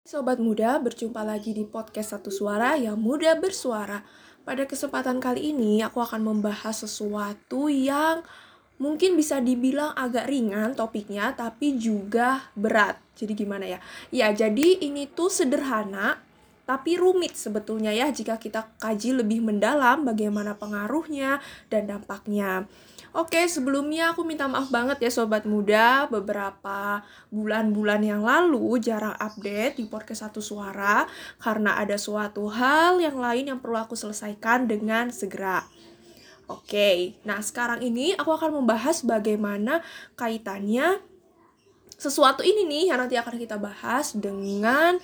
Sobat muda, berjumpa lagi di podcast Satu Suara yang muda bersuara. Pada kesempatan kali ini, aku akan membahas sesuatu yang mungkin bisa dibilang agak ringan topiknya, tapi juga berat. Jadi gimana ya? Ya, jadi ini tuh sederhana, tapi rumit sebetulnya ya jika kita kaji lebih mendalam bagaimana pengaruhnya dan dampaknya. Oke, sebelumnya aku minta maaf banget ya Sobat Muda, beberapa bulan-bulan yang lalu jarang update di podcast Satu Suara karena ada suatu hal yang lain yang perlu aku selesaikan dengan segera. Oke, nah sekarang ini aku akan membahas bagaimana kaitannya sesuatu ini nih yang nanti akan kita bahas dengan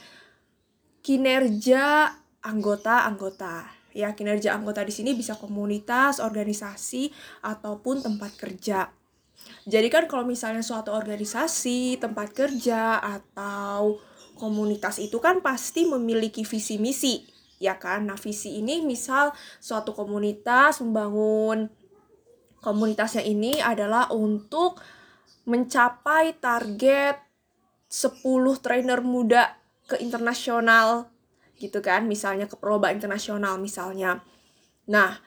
kinerja anggota-anggota. Ya, kinerja anggota di sini bisa komunitas, organisasi, ataupun tempat kerja. Jadi kan kalau misalnya suatu organisasi, tempat kerja, atau komunitas itu kan pasti memiliki visi misi, ya kan? Nah, visi ini misal suatu komunitas membangun komunitasnya ini adalah untuk mencapai target 10 trainer muda ke internasional gitu kan, misalnya ke perlombaan internasional misalnya. Nah,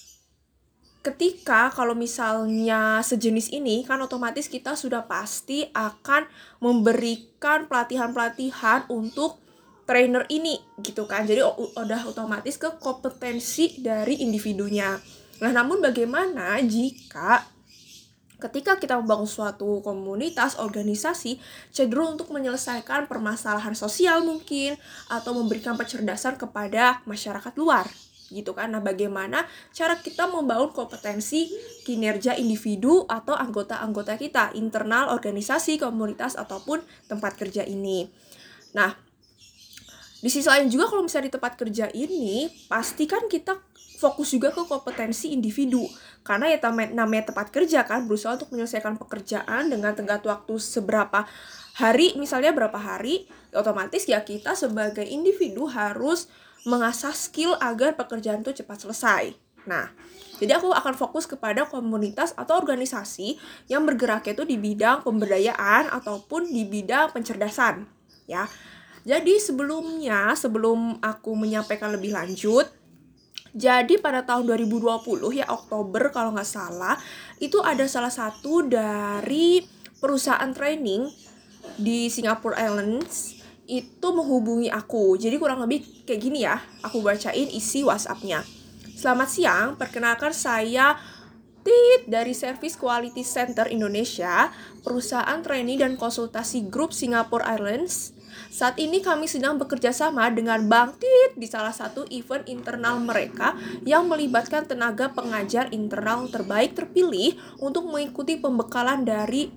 ketika kalau misalnya sejenis ini kan otomatis kita sudah pasti akan memberikan pelatihan-pelatihan untuk trainer ini gitu kan. Jadi udah otomatis ke kompetensi dari individunya. Nah, namun bagaimana jika ketika kita membangun suatu komunitas, organisasi, cenderung untuk menyelesaikan permasalahan sosial mungkin, atau memberikan pencerdasan kepada masyarakat luar, gitu kan. Nah, bagaimana cara kita membangun kompetensi kinerja individu atau anggota-anggota kita, internal organisasi, komunitas, ataupun tempat kerja ini. Nah, di sisi lain juga kalau misalnya di tempat kerja ini, pastikan kita fokus juga ke kompetensi individu. Karena ya namanya tempat kerja kan, berusaha untuk menyelesaikan pekerjaan dengan tenggat waktu seberapa hari, misalnya berapa hari, otomatis ya kita sebagai individu harus mengasah skill agar pekerjaan itu cepat selesai. Nah, jadi aku akan fokus kepada komunitas atau organisasi yang bergerak itu di bidang pemberdayaan ataupun di bidang pencerdasan, ya. Jadi sebelum aku menyampaikan lebih lanjut, jadi pada tahun 2020 ya Oktober kalau nggak salah, itu ada salah satu dari perusahaan training di Singapore Airlines itu menghubungi aku. Jadi kurang lebih kayak gini ya, aku bacain isi WhatsApp-nya. Selamat siang, perkenalkan saya dari Service Quality Center Indonesia, perusahaan training dan konsultasi grup Singapore Airlines. Saat ini kami sedang bekerja sama dengan Bang Tit di salah satu event internal mereka yang melibatkan tenaga pengajar internal terbaik terpilih untuk mengikuti pembekalan dari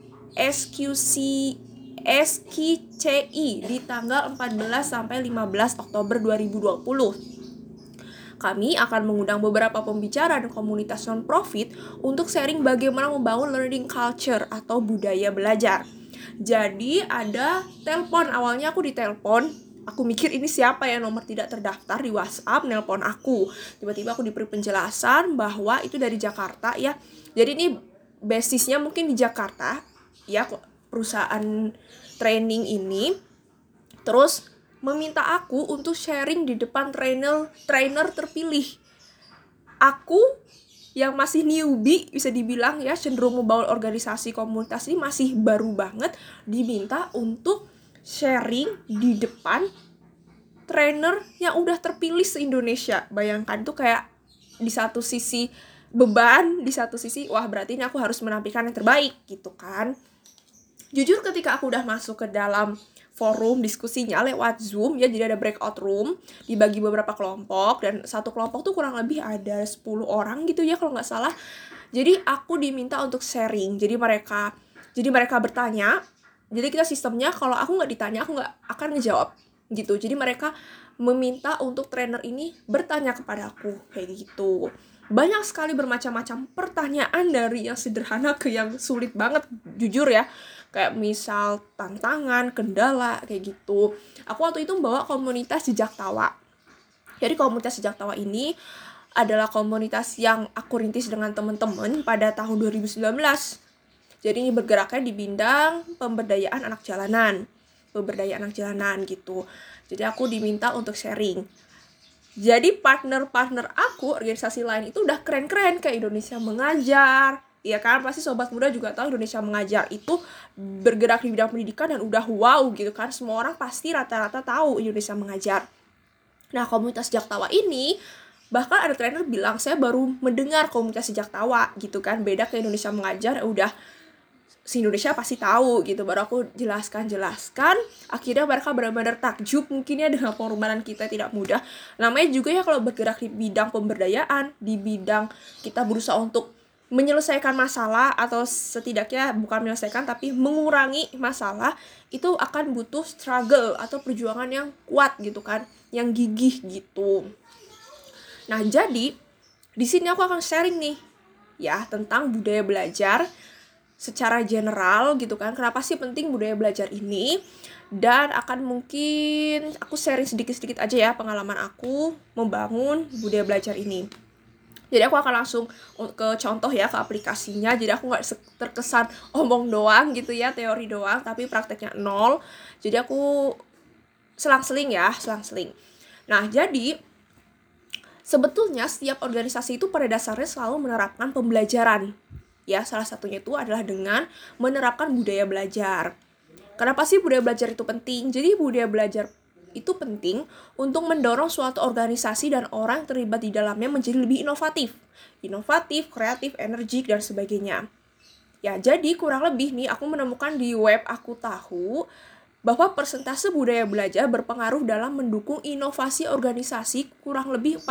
SQCI di tanggal 14 sampai 15 Oktober 2020. Kami akan mengundang beberapa pembicara dan komunitas non-profit untuk sharing bagaimana membangun learning culture atau budaya belajar. Jadi ada telepon, awalnya aku ditelepon, aku mikir ini siapa ya, nomor tidak terdaftar di WhatsApp nelpon aku. Tiba-tiba aku diberi penjelasan bahwa itu dari Jakarta ya. Jadi ini basisnya mungkin di Jakarta ya, perusahaan training ini. Terus meminta aku untuk sharing di depan trainer terpilih. Aku yang masih newbie bisa dibilang ya, cenderung membangun organisasi komunitas ini masih baru banget, diminta untuk sharing di depan trainer yang udah terpilih se-Indonesia. Bayangkan tuh kayak di satu sisi beban, di satu sisi wah berarti ini aku harus menampilkan yang terbaik gitu kan. Jujur ketika aku udah masuk ke dalam forum diskusinya lewat Zoom ya, jadi ada breakout room, dibagi beberapa kelompok, dan satu kelompok tuh kurang lebih ada 10 orang gitu ya kalau nggak salah. Jadi aku diminta untuk sharing, jadi mereka bertanya, jadi kita sistemnya kalau aku nggak ditanya aku nggak akan ngejawab gitu. Jadi mereka meminta untuk trainer ini bertanya kepada aku kayak gitu. Banyak sekali bermacam-macam pertanyaan, dari yang sederhana ke yang sulit banget jujur ya, kayak misal tantangan, kendala kayak gitu. Aku waktu itu membawa komunitas Jejak Tawa. Jadi komunitas Jejak Tawa ini adalah komunitas yang aku rintis dengan teman-teman pada tahun 2019. Jadi ini bergeraknya di bidang pemberdayaan anak jalanan. pemberdayaan anak jalanan gitu. Jadi aku diminta untuk sharing. Jadi partner-partner aku, organisasi lain itu udah keren-keren kayak Indonesia Mengajar. Ya kan, pasti sobat muda juga tahu Indonesia Mengajar itu bergerak di bidang pendidikan dan udah wow gitu kan. Semua orang pasti rata-rata tahu Indonesia Mengajar. Nah, komunitas Sejak Tawa ini, bahkan ada trainer bilang, saya baru mendengar komunitas Sejak Tawa gitu kan. Beda ke Indonesia Mengajar, udah se-Indonesia pasti tahu gitu. Baru aku jelaskan. Akhirnya mereka benar-benar takjub mungkin ya dengan pengorbanan kita tidak mudah. Namanya juga ya kalau bergerak di bidang pemberdayaan, di bidang kita berusaha untuk menyelesaikan masalah, atau setidaknya bukan menyelesaikan tapi mengurangi masalah, itu akan butuh struggle atau perjuangan yang kuat gitu kan, yang gigih gitu. Nah, jadi di sini aku akan sharing nih ya tentang budaya belajar secara general gitu kan. Kenapa sih penting budaya belajar ini? Dan akan mungkin aku sharing sedikit-sedikit aja ya pengalaman aku membangun budaya belajar ini. Jadi aku akan langsung ke contoh ya, ke aplikasinya. Jadi aku gak terkesan omong doang gitu ya, teori doang, tapi prakteknya nol. Jadi aku selang-seling. Nah, jadi sebetulnya setiap organisasi itu pada dasarnya selalu menerapkan pembelajaran. Ya, salah satunya itu adalah dengan menerapkan budaya belajar. Kenapa sih budaya belajar itu penting? Jadi budaya belajar itu penting untuk mendorong suatu organisasi dan orang yang terlibat di dalamnya menjadi lebih inovatif, kreatif, energik, dan sebagainya. Ya, jadi kurang lebih nih aku menemukan di web Aku Tahu bahwa persentase budaya belajar berpengaruh dalam mendukung inovasi organisasi kurang lebih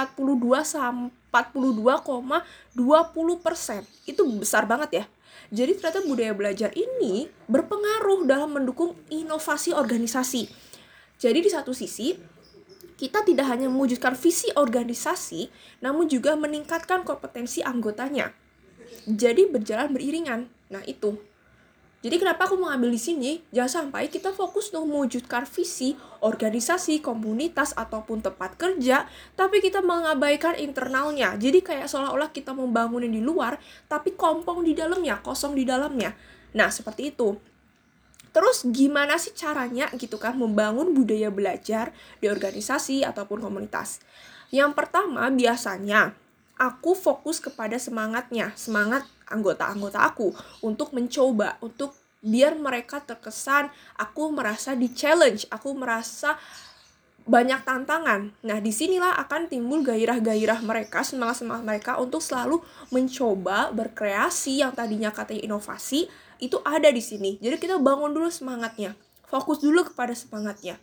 42,20%. Itu besar banget ya. Jadi ternyata budaya belajar ini berpengaruh dalam mendukung inovasi organisasi. Jadi di satu sisi, kita tidak hanya mewujudkan visi organisasi, namun juga meningkatkan kompetensi anggotanya. Jadi berjalan beriringan. Nah, itu. Jadi kenapa aku mengambil di sini? Jangan sampai kita fokus untuk mewujudkan visi, organisasi, komunitas, ataupun tempat kerja, tapi kita mengabaikan internalnya. Jadi kayak seolah-olah kita membangunin di luar, tapi kompong di dalamnya, kosong di dalamnya. Nah, seperti itu. Terus gimana sih caranya gitu kan membangun budaya belajar di organisasi ataupun komunitas? Yang pertama, biasanya aku fokus kepada semangat anggota-anggota aku untuk mencoba, untuk biar mereka terkesan aku merasa di-challenge, aku merasa banyak tantangan. Nah, disinilah akan timbul gairah-gairah mereka, semangat-semangat mereka untuk selalu mencoba berkreasi. Yang tadinya katanya inovasi, itu ada di sini. Jadi kita bangun dulu semangatnya, fokus dulu kepada semangatnya.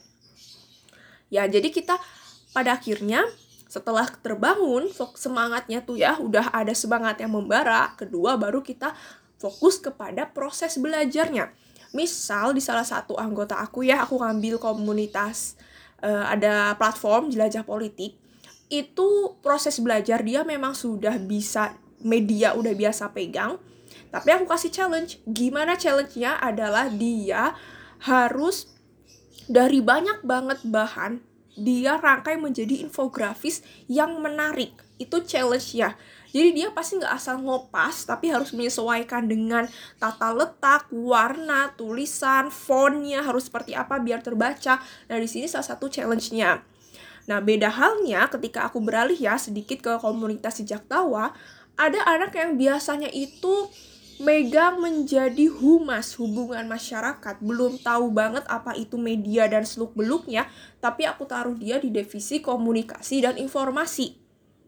Ya, jadi kita pada akhirnya setelah terbangun semangatnya tuh ya, udah ada semangat yang membara, kedua baru kita fokus kepada proses belajarnya. Misal di salah satu anggota aku ya, aku ngambil komunitas, ada platform Jelajah Politik, itu proses belajar dia memang sudah bisa media, udah biasa pegang, tapi aku kasih challenge. Gimana challenge-nya? Adalah dia harus dari banyak banget bahan, dia rangkai menjadi infografis yang menarik. Itu challenge-nya. Jadi dia pasti nggak asal ngopas, tapi harus menyesuaikan dengan tata letak, warna, tulisan, fontnya harus seperti apa biar terbaca. Nah, di sini salah satu challenge-nya. Nah, beda halnya ketika aku beralih ya sedikit ke komunitas Sejak Tawa, ada anak yang biasanya itu megang menjadi humas hubungan masyarakat, belum tahu banget apa itu media dan seluk-beluknya, tapi aku taruh dia di divisi komunikasi dan informasi.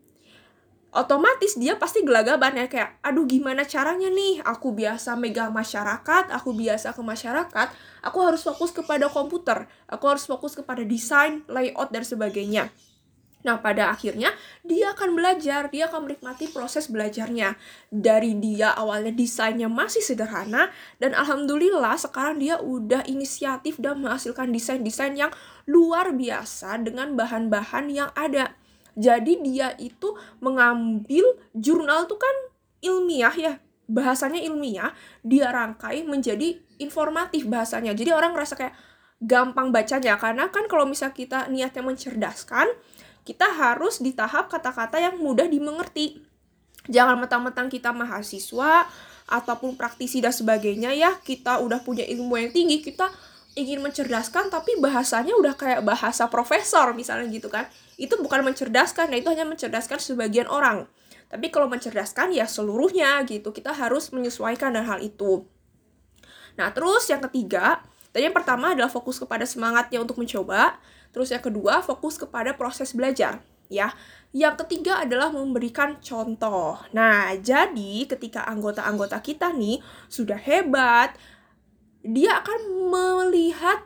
Otomatis dia pasti gelagapan ya, kayak aduh gimana caranya nih, aku biasa megang masyarakat, aku biasa ke masyarakat, aku harus fokus kepada komputer, aku harus fokus kepada desain, layout, dan sebagainya. Nah, pada akhirnya dia akan belajar, dia akan menikmati proses belajarnya. Dari dia awalnya desainnya masih sederhana, dan alhamdulillah sekarang dia udah inisiatif dan menghasilkan desain-desain yang luar biasa dengan bahan-bahan yang ada. Jadi dia itu mengambil jurnal tuh kan ilmiah ya, bahasanya ilmiah, dia rangkai menjadi informatif bahasanya. Jadi orang ngerasa kayak gampang bacanya, karena kan kalau misal kita niatnya mencerdaskan, kita harus di tahap kata-kata yang mudah dimengerti. Jangan mentang-mentang kita mahasiswa ataupun praktisi dan sebagainya ya, kita udah punya ilmu yang tinggi, kita ingin mencerdaskan tapi bahasanya udah kayak bahasa profesor misalnya gitu kan. Itu bukan mencerdaskan, itu hanya mencerdaskan sebagian orang. Tapi kalau mencerdaskan ya seluruhnya gitu. Kita harus menyesuaikan dengan hal itu. Nah, terus yang ketiga, tadi yang pertama adalah fokus kepada semangatnya untuk mencoba. Terus yang kedua, fokus kepada proses belajar, ya. Yang ketiga adalah memberikan contoh. Nah, jadi ketika anggota-anggota kita nih sudah hebat, dia akan melihat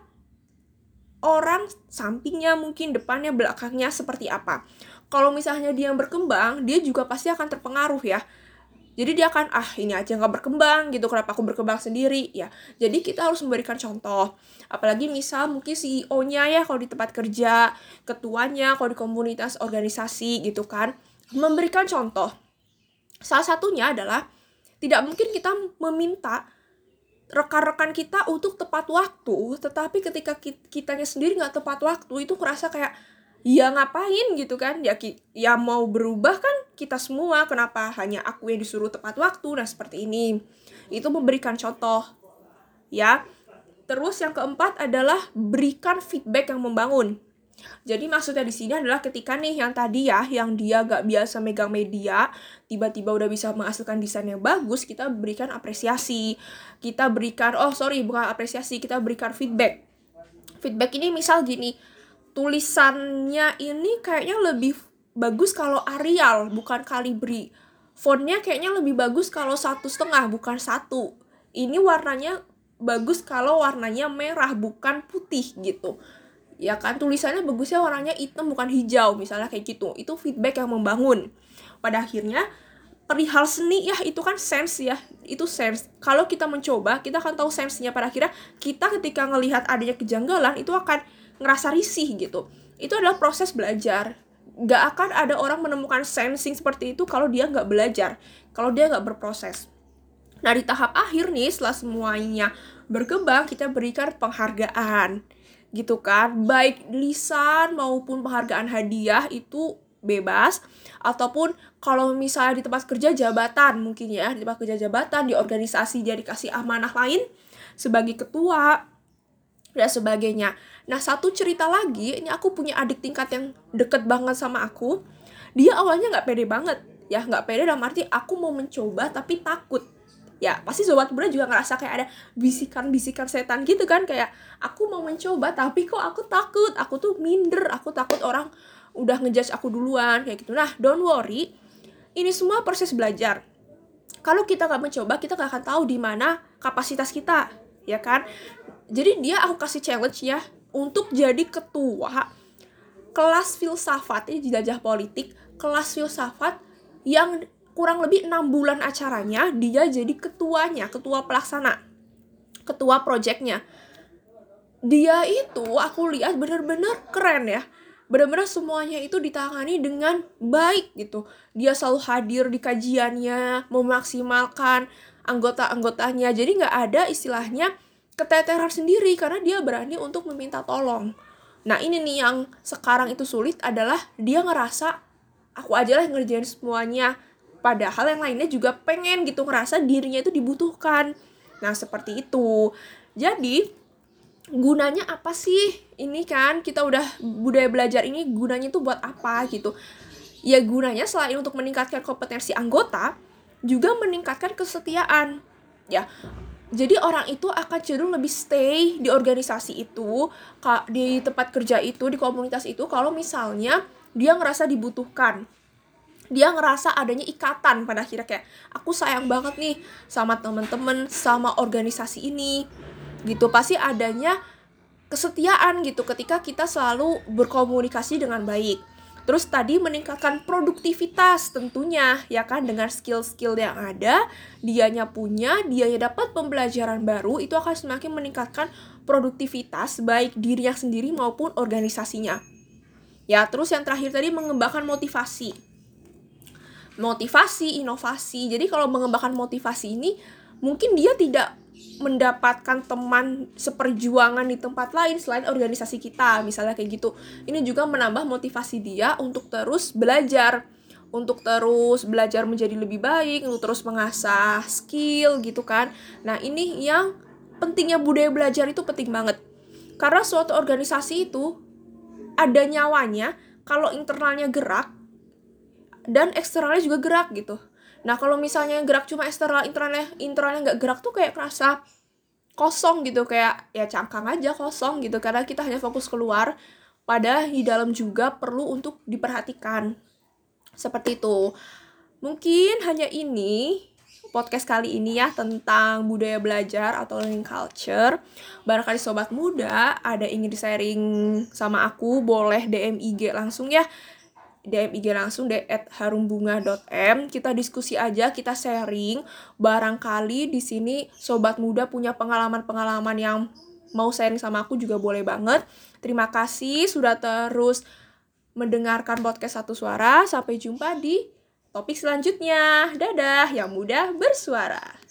orang sampingnya, mungkin depannya, belakangnya seperti apa. Kalau misalnya dia yang berkembang, dia juga pasti akan terpengaruh ya. Jadi dia akan, ini aja nggak berkembang gitu, kenapa aku berkembang sendiri ya. Jadi kita harus memberikan contoh. Apalagi misal mungkin CEO-nya ya kalau di tempat kerja, ketuanya kalau di komunitas organisasi gitu kan. Memberikan contoh. Salah satunya adalah tidak mungkin kita meminta rekan-rekan kita untuk tepat waktu, tetapi ketika kitanya sendiri nggak tepat waktu, itu ngerasa kayak, ya ngapain gitu kan, ya mau berubah kan kita semua, kenapa hanya aku yang disuruh tepat waktu. Nah seperti ini, itu memberikan contoh ya. Terus yang keempat adalah berikan feedback yang membangun. Jadi maksudnya di sini adalah ketika nih yang tadi ya, yang dia gak biasa megang media, tiba-tiba udah bisa menghasilkan desain yang bagus, kita berikan apresiasi. Kita berikan, bukan apresiasi, kita berikan feedback. Feedback ini misal gini, tulisannya ini kayaknya lebih bagus kalau Arial, bukan Calibri. Fontnya kayaknya lebih bagus kalau 1,5, bukan 1. Ini warnanya bagus kalau warnanya merah, bukan putih gitu. Ya kan, tulisannya bagusnya warnanya hitam bukan hijau, misalnya kayak gitu. Itu feedback yang membangun. Pada akhirnya, perihal seni ya, itu kan sense ya, itu sense. Kalau kita mencoba, kita akan tahu sense-nya. Pada akhirnya, kita ketika ngelihat adanya kejanggalan, itu akan ngerasa risih gitu. Itu adalah proses belajar. Gak akan ada orang menemukan sensing seperti itu kalau dia gak belajar, kalau dia gak berproses. Nah, di tahap akhir nih, setelah semuanya berkembang, kita berikan penghargaan gitu kan, baik lisan maupun penghargaan hadiah itu bebas, ataupun kalau misalnya di tempat kerja jabatan, mungkin ya di tempat kerja jabatan, di organisasi dia dikasih amanah lain sebagai ketua dan sebagainya. Nah, satu cerita lagi, ini aku punya adik tingkat yang deket banget sama aku. Dia awalnya nggak pede banget ya, nggak pede dalam arti aku mau mencoba tapi takut. Ya, pasti sobat muda juga ngerasa kayak ada bisikan-bisikan setan gitu kan, kayak aku mau mencoba tapi kok aku takut, aku tuh minder, aku takut orang udah ngejudge aku duluan kayak gitu. Nah, don't worry, ini semua proses belajar. Kalau kita nggak mencoba, kita nggak akan tahu di mana kapasitas kita, ya kan? Jadi aku kasih challenge ya untuk jadi ketua kelas filsafat, ini jelajah politik, kelas filsafat yang kurang lebih 6 bulan acaranya, dia jadi ketuanya, ketua pelaksana, ketua projectnya. Dia itu aku lihat bener-bener keren ya, bener-bener semuanya itu ditangani dengan baik gitu. Dia selalu hadir di kajiannya, memaksimalkan anggota-anggotanya, jadi gak ada istilahnya keteteran sendiri, karena dia berani untuk meminta tolong. Nah ini nih yang sekarang itu sulit, adalah dia ngerasa aku aja lah yang ngerjain semuanya, padahal yang lainnya juga pengen gitu, ngerasa dirinya itu dibutuhkan. Nah seperti itu. Jadi gunanya apa sih? Ini kan kita udah budaya belajar ini gunanya tuh buat apa gitu. Ya gunanya selain untuk meningkatkan kompetensi anggota, juga meningkatkan kesetiaan. Ya, jadi orang itu akan cenderung lebih stay di organisasi itu, di tempat kerja itu, di komunitas itu, kalau misalnya dia ngerasa dibutuhkan. Dia ngerasa adanya ikatan pada akhirnya, kayak aku sayang banget nih sama teman-teman, sama organisasi ini gitu. Pasti adanya kesetiaan gitu ketika kita selalu berkomunikasi dengan baik. Terus tadi meningkatkan produktivitas tentunya ya kan, dengan skill-skill yang ada, dianya dapat pembelajaran baru, itu akan semakin meningkatkan produktivitas baik dirinya sendiri maupun organisasinya. Ya, terus yang terakhir tadi mengembangkan motivasi, inovasi. Jadi kalau mengembangkan motivasi ini, mungkin dia tidak mendapatkan teman seperjuangan di tempat lain selain organisasi kita, misalnya kayak gitu. Ini juga menambah motivasi dia untuk terus belajar, menjadi lebih baik, untuk terus mengasah skill gitu kan. Nah ini yang pentingnya budaya belajar, itu penting banget. Karena suatu organisasi itu ada nyawanya kalau internalnya gerak dan eksternalnya juga gerak gitu. Nah kalau misalnya yang gerak cuma eksternal, internalnya nggak gerak tuh kayak kerasa kosong gitu, kayak ya cangkang aja kosong gitu, karena kita hanya fokus keluar, padahal di dalam juga perlu untuk diperhatikan. Seperti itu. Mungkin hanya ini podcast kali ini ya tentang budaya belajar atau learning culture. Barangkali sobat muda ada ingin di-sharing sama aku, boleh DM IG langsung ya. DM IG langsung di @harumbunga.m. Kita diskusi aja, kita sharing. Barangkali di sini sobat muda punya pengalaman-pengalaman yang mau sharing sama aku juga boleh banget. Terima kasih sudah terus mendengarkan podcast Satu Suara. Sampai jumpa di topik selanjutnya. Dadah yang muda bersuara.